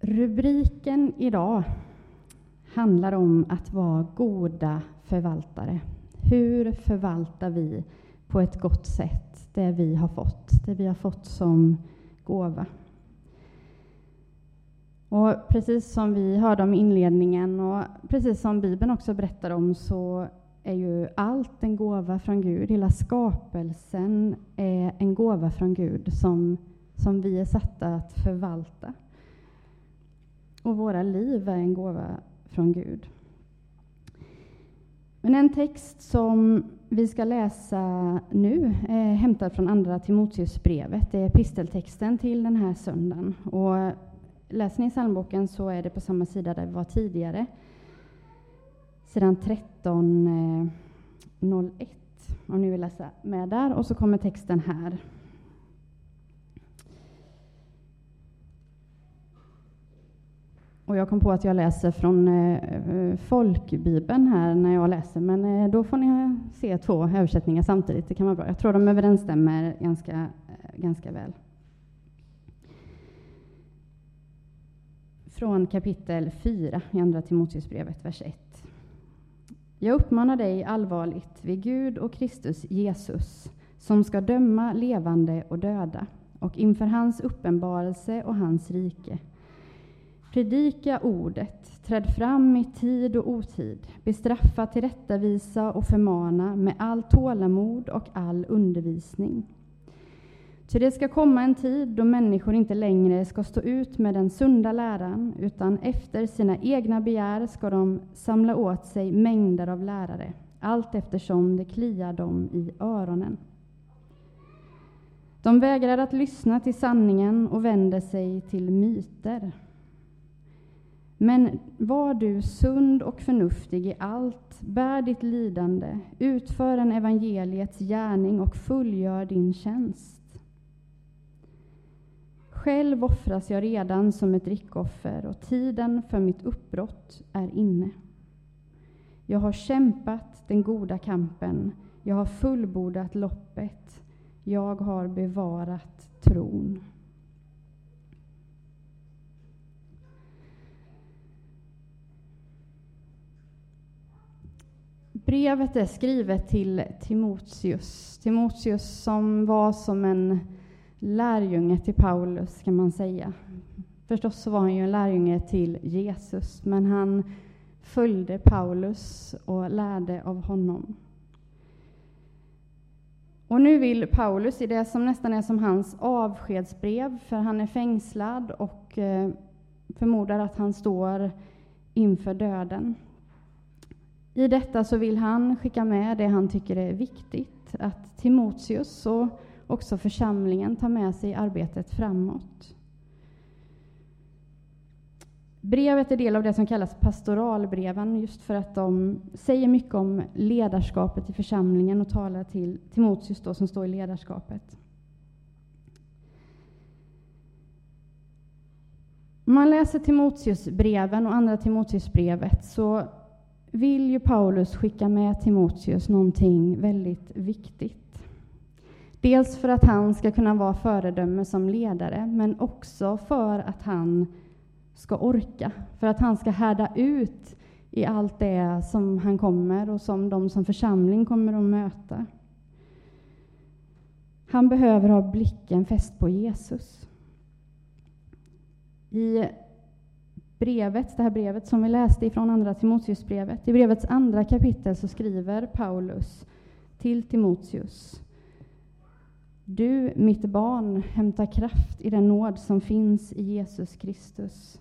Rubriken idag handlar om att vara goda förvaltare. Hur förvaltar vi på ett gott sätt det vi har fått som gåva? Och precis som vi hörde om inledningen och precis som Bibeln också berättar om, så är ju allt en gåva från Gud. Hela skapelsen är en gåva från Gud som vi är satta att förvalta. Och våra liv är en gåva från Gud. Men en text som vi ska läsa nu är hämtad från andra Timoteusbrevet. Det är episteltexten till den här söndagen. Och läser ni psalmboken så är det på samma sida där vi var tidigare. Sidan 13:01. Om ni vill läsa med där. Och så kommer texten här. Och jag kom på att jag läser från folkbibeln här när jag läser. Men då får ni se 2 översättningar samtidigt. Det kan vara bra. Jag tror de överensstämmer ganska väl. Från kapitel 4 i andra Timoteusbrevet, vers 1. Jag uppmanar dig allvarligt vid Gud och Kristus Jesus, som ska döma levande och döda, och inför hans uppenbarelse och hans rike. Predika ordet, träd fram i tid och otid, bestraffa, tillrättavisa och förmana med all tålamod och all undervisning. Så det ska komma en tid då människor inte längre ska stå ut med den sunda läran, utan efter sina egna begär ska de samla åt sig mängder av lärare, allt eftersom det kliar dem i öronen. De vägrar att lyssna till sanningen och vänder sig till myter. Men var du sund och förnuftig i allt, bär ditt lidande, utför en evangeliets gärning och fullgör din tjänst. Själv offras jag redan som ett drickoffer och tiden för mitt uppbrott är inne. Jag har kämpat den goda kampen, jag har fullbordat loppet, jag har bevarat tron. Brevet är skrivet till Timoteus. Timoteus som var som en lärjunge till Paulus, kan man säga. Förstås så var han ju en lärjunge till Jesus, men han följde Paulus och lärde av honom. Och nu vill Paulus i det som nästan är som hans avskedsbrev, för han är fängslad och förmodar att han står inför döden. I detta så vill han skicka med det han tycker är viktigt, att Timoteus och också församlingen tar med sig arbetet framåt. Brevet är del av det som kallas pastoralbreven, just för att de säger mycket om ledarskapet i församlingen och talar till Timoteus då, som står i ledarskapet. Om man läser Timoteusbreven och andra Timoteusbrevet så vill ju Paulus skicka med Timoteus någonting väldigt viktigt. Dels för att han ska kunna vara föredöme som ledare, men också för att han ska orka. För att han ska härda ut i allt det som han kommer och som de som församling kommer att möta. Han behöver ha blicken fäst på Jesus. I brevet, det här brevet som vi läste ifrån andra Timoteusbrevet, i brevets andra kapitel så skriver Paulus till Timoteus: Du, mitt barn, hämtar kraft i den nåd som finns i Jesus Kristus.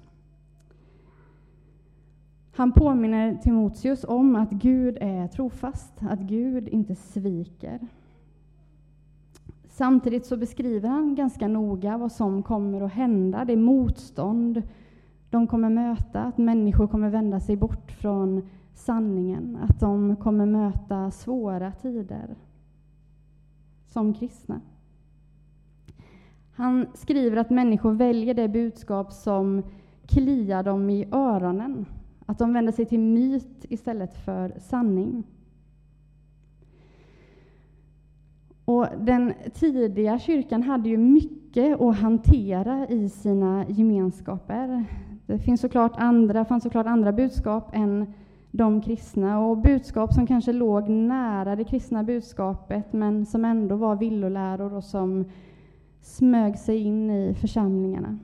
Han påminner Timoteus om att Gud är trofast, att Gud inte sviker. Samtidigt så beskriver han ganska noga vad som kommer att hända, det motstånd de kommer möta, att människor kommer vända sig bort från sanningen, att de kommer möta svåra tider som kristna. Han skriver att människor väljer det budskap som kliar dem i öronen, att de vänder sig till myt istället för sanning. Och den tidiga kyrkan hade ju mycket att hantera i sina gemenskaper. Det fanns såklart andra budskap än de kristna, och budskap som kanske låg nära det kristna budskapet, men som ändå var villoläror och som smög sig in i församlingarna.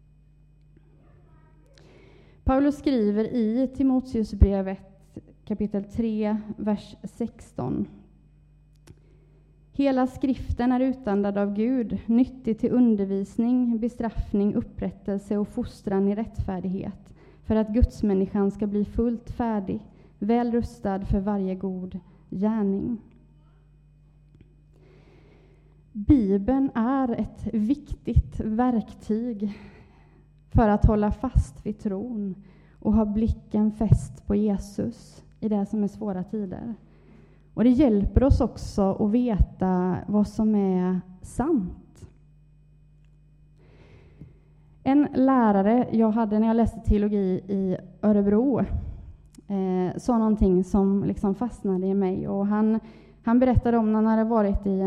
Paulus skriver i Timoteusbrevet kapitel 3, vers 16. Hela skriften är utandad av Gud, nyttig till undervisning, bestraffning, upprättelse och fostran i rättfärdighet, för att gudsmänniskan ska bli fullt färdig, väl rustad för varje god gärning. Bibeln är ett viktigt verktyg för att hålla fast vid tron och ha blicken fäst på Jesus i det som är svåra tider. Och det hjälper oss också att veta vad som är sant. En lärare jag hade när jag läste teologi i Örebro sa någonting som liksom fastnade i mig. Och han berättade om när han hade varit i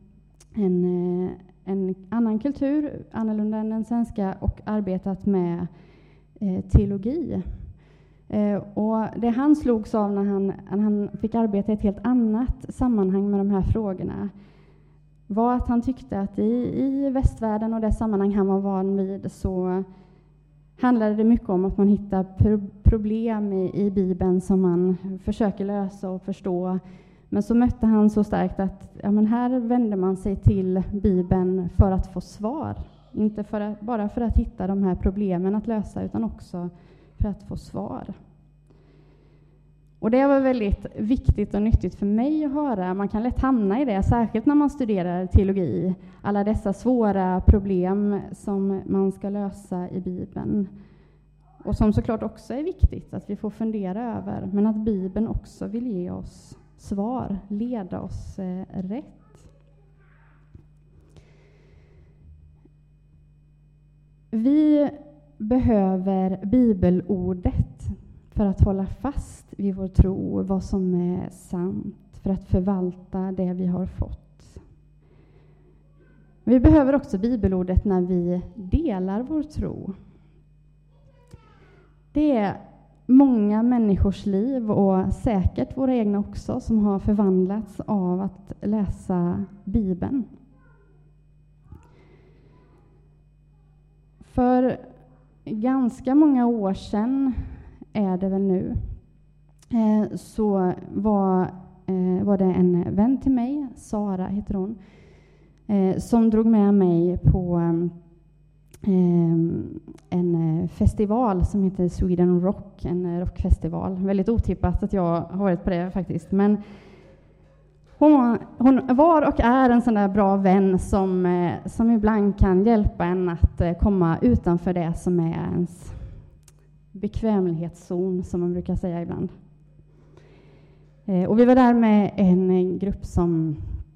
en annan kultur, annorlunda än den svenska, och arbetat med teologi. Och det han slogs av när han fick arbeta i ett helt annat sammanhang med de här frågorna var att han tyckte att i västvärlden och det sammanhang han var van vid så handlade det mycket om att man hittar problem i Bibeln som man försöker lösa och förstå. Men så mötte han så starkt att här vänder man sig till Bibeln för att få svar. Inte bara för att hitta de här problemen att lösa, utan också för att få svar. Och det var väldigt viktigt och nyttigt för mig att höra. Man kan lätt hamna i det, särskilt när man studerar teologi. Alla dessa svåra problem som man ska lösa i Bibeln. Och som såklart också är viktigt att vi får fundera över. Men att Bibeln också vill ge oss svar, leda oss rätt. Vi behöver bibelordet för att hålla fast vid vår tro, vad som är sant, för att förvalta det vi har fått. Vi behöver också bibelordet när vi delar vår tro. Det är många människors liv, och säkert våra egna också, som har förvandlats av att läsa Bibeln. För ganska många år sedan är det väl nu, så var det en vän till mig, Sara heter hon, som drog med mig på en festival som heter Sweden Rock, en rockfestival. Väldigt otippat att jag har varit på det faktiskt, men hon var och är en sån där bra vän som ibland kan hjälpa en att komma utanför det som är ens bekvämlighetszon, som man brukar säga ibland. Och vi var där med en grupp som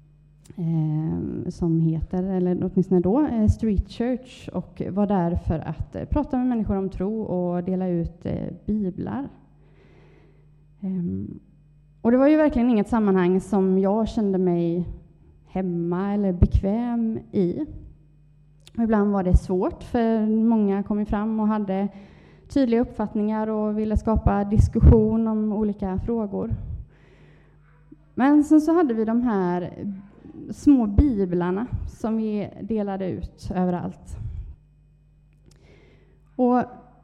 heter, eller åtminstone då, Street Church, och var där för att prata med människor om tro och dela ut biblar. Och det var ju verkligen inget sammanhang som jag kände mig hemma eller bekväm i. Och ibland var det svårt, för många kom fram och hade tydliga uppfattningar och ville skapa diskussion om olika frågor. Men sen så hade vi de här små biblarna som vi delade ut överallt. Och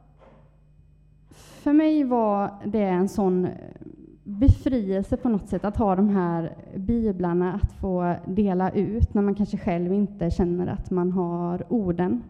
för mig var det en sån befrielse på något sätt att ha de här biblarna att få dela ut när man kanske själv inte känner att man har orden.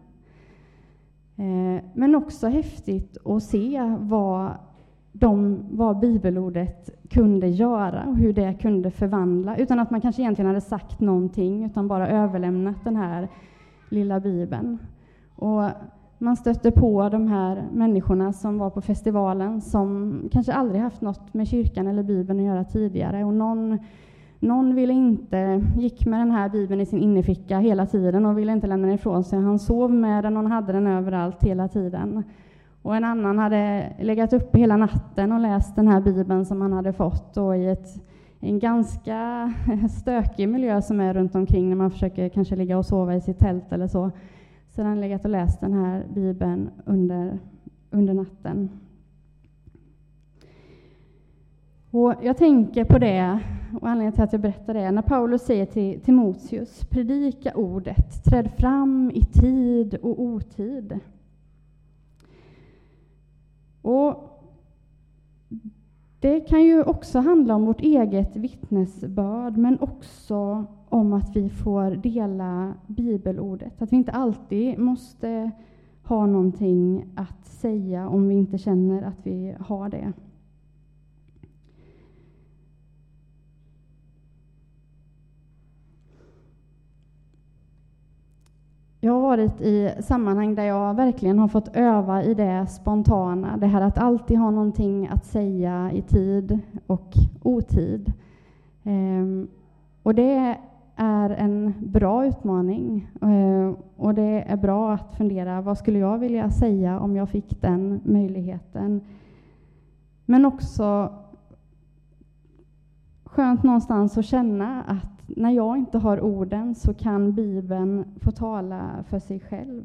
Men också häftigt att se vad bibelordet kunde göra och hur det kunde förvandla, utan att man kanske egentligen hade sagt någonting, utan bara överlämnat den här lilla bibeln. Och man stötte på de här människorna som var på festivalen som kanske aldrig haft något med kyrkan eller Bibeln att göra tidigare. Och någon gick med den här Bibeln i sin innerficka hela tiden och ville inte lämna den ifrån sig. Han sov med den och hade den överallt hela tiden. Och en annan hade legat uppe hela natten och läst den här Bibeln som han hade fått, och i en ganska stökig miljö som är runt omkring när man försöker kanske ligga och sova i sitt tält eller så. Så han legat och läst den här Bibeln under under natten. Och jag tänker på det, och anledningen till att jag berättar det, när Paulus säger till Timoteus: predika ordet, träd fram i tid och otid. Och det kan ju också handla om vårt eget vittnesbörd, men också om att vi får dela bibelordet. Att vi inte alltid måste ha någonting att säga om vi inte känner att vi har det. Jag har varit i sammanhang där jag verkligen har fått öva i det spontana. Det här att alltid ha någonting att säga i tid och otid. Och det är en bra utmaning. Och det är bra att fundera, vad skulle jag vilja säga om jag fick den möjligheten? Men också skönt någonstans att känna att när jag inte har orden så kan Bibeln få tala för sig själv.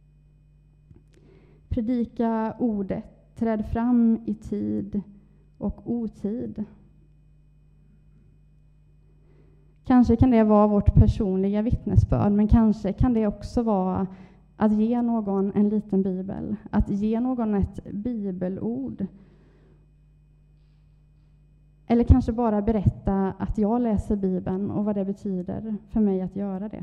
Predika ordet, träd fram i tid och otid. Kanske kan det vara vårt personliga vittnesbörd, men kanske kan det också vara att ge någon en liten bibel, att ge någon ett bibelord. Eller kanske bara berätta att jag läser Bibeln och vad det betyder för mig att göra det.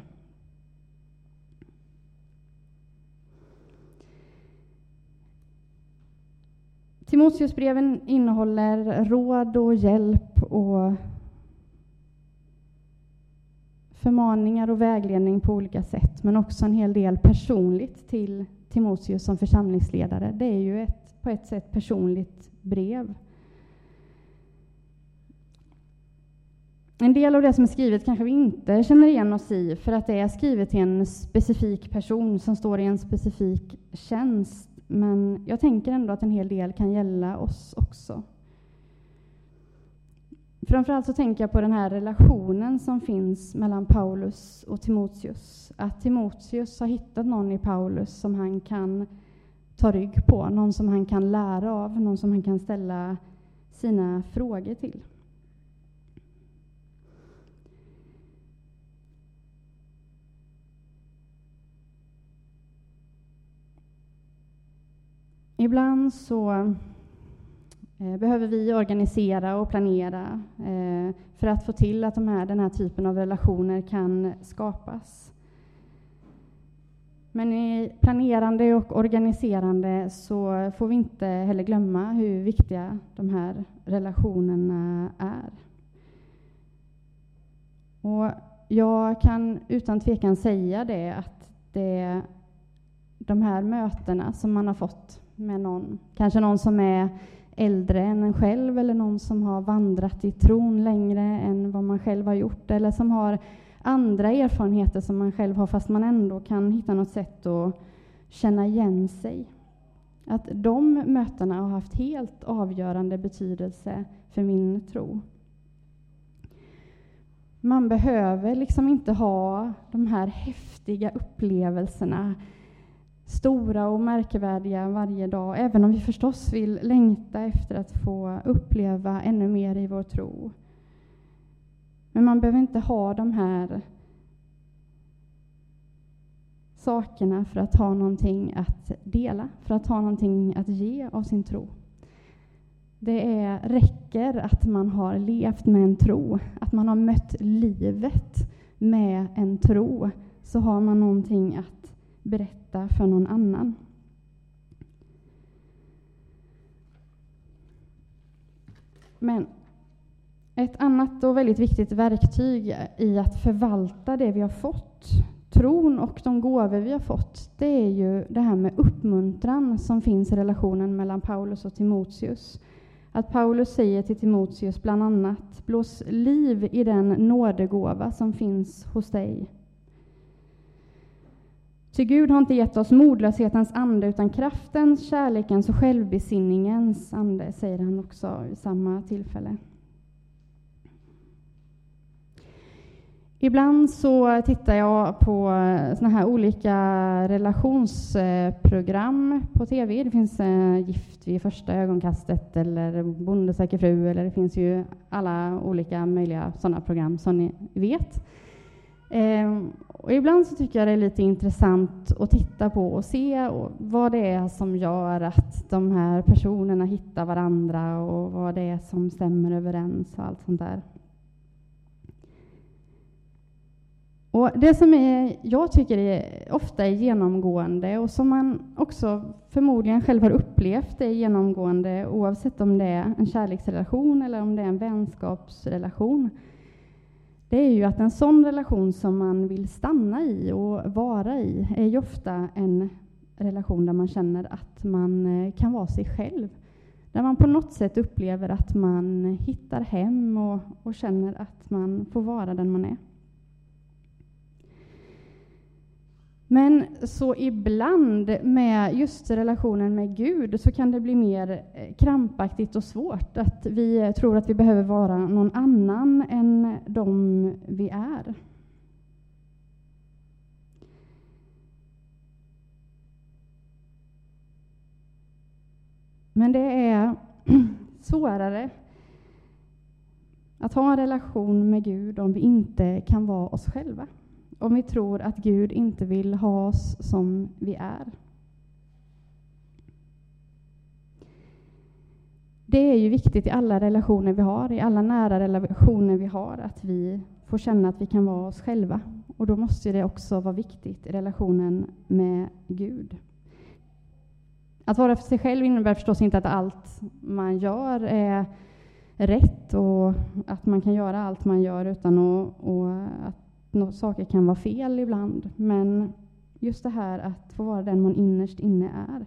Timoteusbreven innehåller råd och hjälp och förmaningar och vägledning på olika sätt, men också en hel del personligt till Timoteus som församlingsledare. Det är ju på ett sätt personligt brev. En del av det som är skrivet kanske vi inte känner igen oss i, för att det är skrivet till en specifik person som står i en specifik tjänst. Men jag tänker ändå att en hel del kan gälla oss också. Framförallt så tänker jag på den här relationen som finns mellan Paulus och Timoteus. Att Timoteus har hittat någon i Paulus som han kan ta rygg på, någon som han kan lära av, någon som han kan ställa sina frågor till. Ibland så behöver vi organisera och planera för att få till att den här typen av relationer kan skapas. Men i planerande och organiserande så får vi inte heller glömma hur viktiga de här relationerna är. Och jag kan utan tvekan säga det, att de här mötena som man har fått med någon, kanske någon som är äldre än en själv, eller någon som har vandrat i tron längre än vad man själv har gjort, eller som har andra erfarenheter som man själv har, fast man ändå kan hitta något sätt att känna igen sig. Att de mötena har haft helt avgörande betydelse för min tro. Man behöver liksom inte ha de här häftiga upplevelserna, stora och märkvärdiga varje dag, även om vi förstås vill längta efter att få uppleva ännu mer i vår tro. Men man behöver inte ha de här sakerna för att ha någonting att dela, för att ha någonting att ge av sin tro. Det räcker att man har levt med en tro, att man har mött livet med en tro, så har man någonting att berätta för någon annan. Men ett annat och väldigt viktigt verktyg i att förvalta det vi har fått, tron och de gåvor vi har fått, det är ju det här med uppmuntran som finns i relationen mellan Paulus och Timoteus. Att Paulus säger till Timoteus bland annat: blås liv i den nådegåva som finns hos dig. Ty Gud har inte gett oss modlöshetens ande, utan kraftens, kärlekens och självbesinningens ande, säger han också i samma tillfälle. Ibland så tittar jag på såna här olika relationsprogram på tv. Det finns Gift vid första ögonkastet eller Bonde söker fru, eller det finns ju alla olika möjliga sådana program som ni vet. Och ibland så tycker jag det är lite intressant att titta på och se vad det är som gör att de här personerna hittar varandra och vad det är som stämmer överens och allt sånt där. Och det som jag tycker ofta är genomgående och som man också förmodligen själv har upplevt är genomgående oavsett om det är en kärleksrelation eller om det är en vänskapsrelation. Det är ju att en sån relation som man vill stanna i och vara i är ju ofta en relation där man känner att man kan vara sig själv. Där man på något sätt upplever att man hittar hem och känner att man får vara den man är. Men så ibland med just relationen med Gud så kan det bli mer krampaktigt och svårt. Att vi tror att vi behöver vara någon annan än de vi är. Men det är svårare att ha en relation med Gud om vi inte kan vara oss själva. Om vi tror att Gud inte vill ha oss som vi är. Det är ju viktigt i alla relationer vi har, i alla nära relationer vi har, att vi får känna att vi kan vara oss själva. Och då måste det också vara viktigt i relationen med Gud. Att vara för sig själv innebär förstås inte att allt man gör är rätt och att man kan göra allt man gör utan att saker kan vara fel ibland. Men just det här att få vara den man innerst inne är.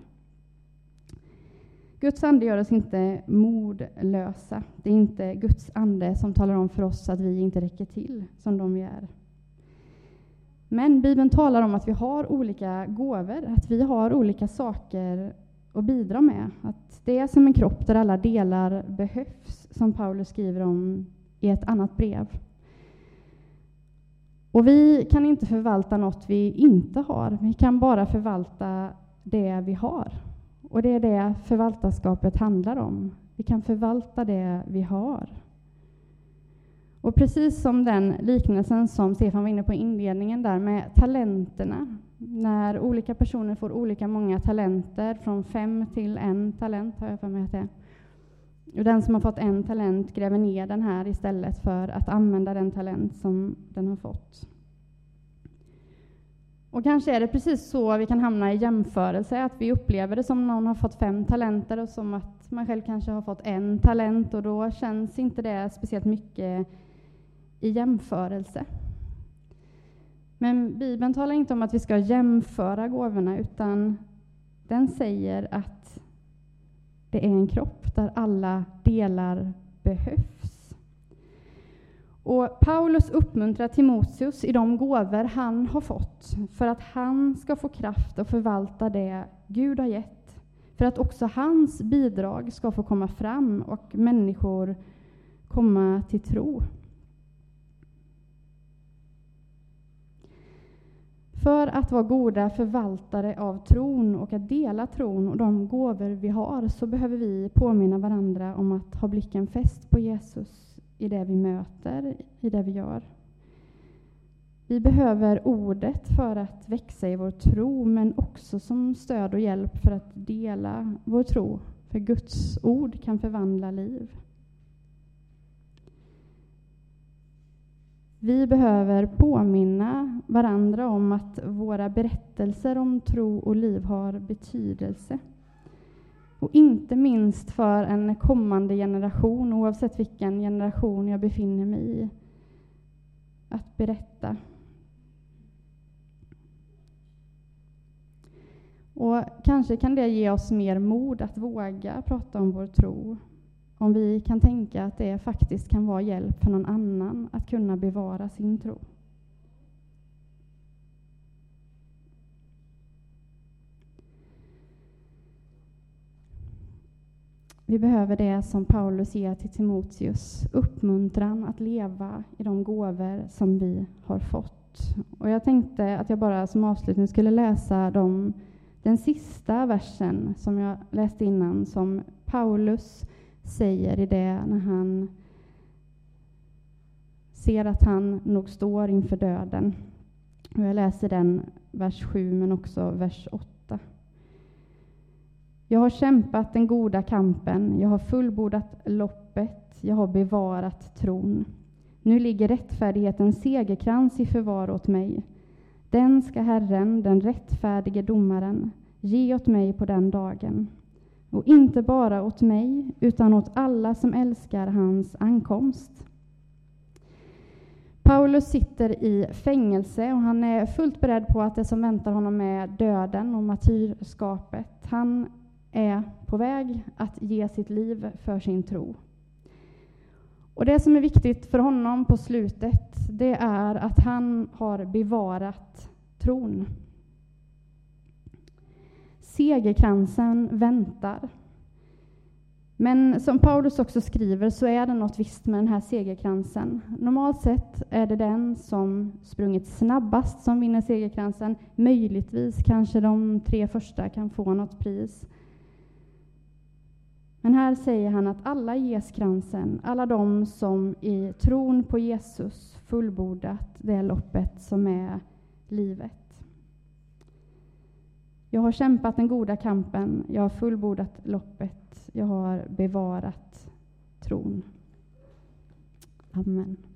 Guds ande gör oss inte modlösa. Det är inte Guds ande som talar om för oss att vi inte räcker till som de vi är. Men Bibeln talar om att vi har olika gåvor, att vi har olika saker att bidra med. Att det är som en kropp där alla delar behövs, som Paulus skriver om i ett annat brev. Och vi kan inte förvalta något vi inte har. Vi kan bara förvalta det vi har. Och det är det förvaltarskapet handlar om. Vi kan förvalta det vi har. Och precis som den liknelsen som Stefan var inne på i inledningen där med talenterna. När olika personer får olika många talenter, från 5 till 1 talent har jag för mig att det är. Och den som har fått 1 talent gräver ner den här istället för att använda den talent som den har fått. Och kanske är det precis så vi kan hamna i jämförelse, att vi upplever det som någon har fått 5 talenter och som att man själv kanske har fått 1 talent, och då känns inte det speciellt mycket i jämförelse. Men Bibeln talar inte om att vi ska jämföra gåvorna, utan den säger att det är en kropp där alla delar behövs. Och Paulus uppmuntrar Timoteus i de gåvor han har fått för att han ska få kraft att förvalta det Gud har gett. För att också hans bidrag ska få komma fram och människor komma till tro. För att vara goda förvaltare av tron och att dela tron och de gåvor vi har, så behöver vi påminna varandra om att ha blicken fäst på Jesus i det vi möter, i det vi gör. Vi behöver ordet för att växa i vår tro, men också som stöd och hjälp för att dela vår tro. För Guds ord kan förvandla liv. Vi behöver påminna varandra om att våra berättelser om tro och liv har betydelse. Och inte minst för en kommande generation, oavsett vilken generation jag befinner mig i, att berätta. Och kanske kan det ge oss mer mod att våga prata om vår tro. Om vi kan tänka att det faktiskt kan vara hjälp för någon annan att kunna bevara sin tro. Vi behöver det som Paulus ger till Timoteus, uppmuntran att leva i de gåvor som vi har fått. Och jag tänkte att jag bara som avslutning skulle läsa den sista versen som jag läste innan, som Paulus säger i det när han ser att han nog står inför döden. Och jag läser den vers 7 men också vers 8. Jag har kämpat den goda kampen, jag har fullbordat loppet, jag har bevarat tron. Nu ligger rättfärdighetens segerkrans i förvar åt mig. Den ska Herren, den rättfärdige domaren, ge åt mig på den dagen. Och inte bara åt mig, utan åt alla som älskar hans ankomst. Paulus sitter i fängelse och han är fullt beredd på att det som väntar honom är döden och martyrskapet. Han är på väg att ge sitt liv för sin tro. Och det som är viktigt för honom på slutet, det är att han har bevarat tron. Segerkransen väntar. Men som Paulus också skriver så är det något visst med den här segerkransen. Normalt sett är det den som sprungit snabbast som vinner segerkransen. Möjligtvis kanske de 3 första kan få något pris. Men här säger han att alla ges kransen, alla de som i tron på Jesus fullbordat det loppet som är livet. Jag har kämpat den goda kampen, jag har fullbordat loppet, jag har bevarat tron. Amen.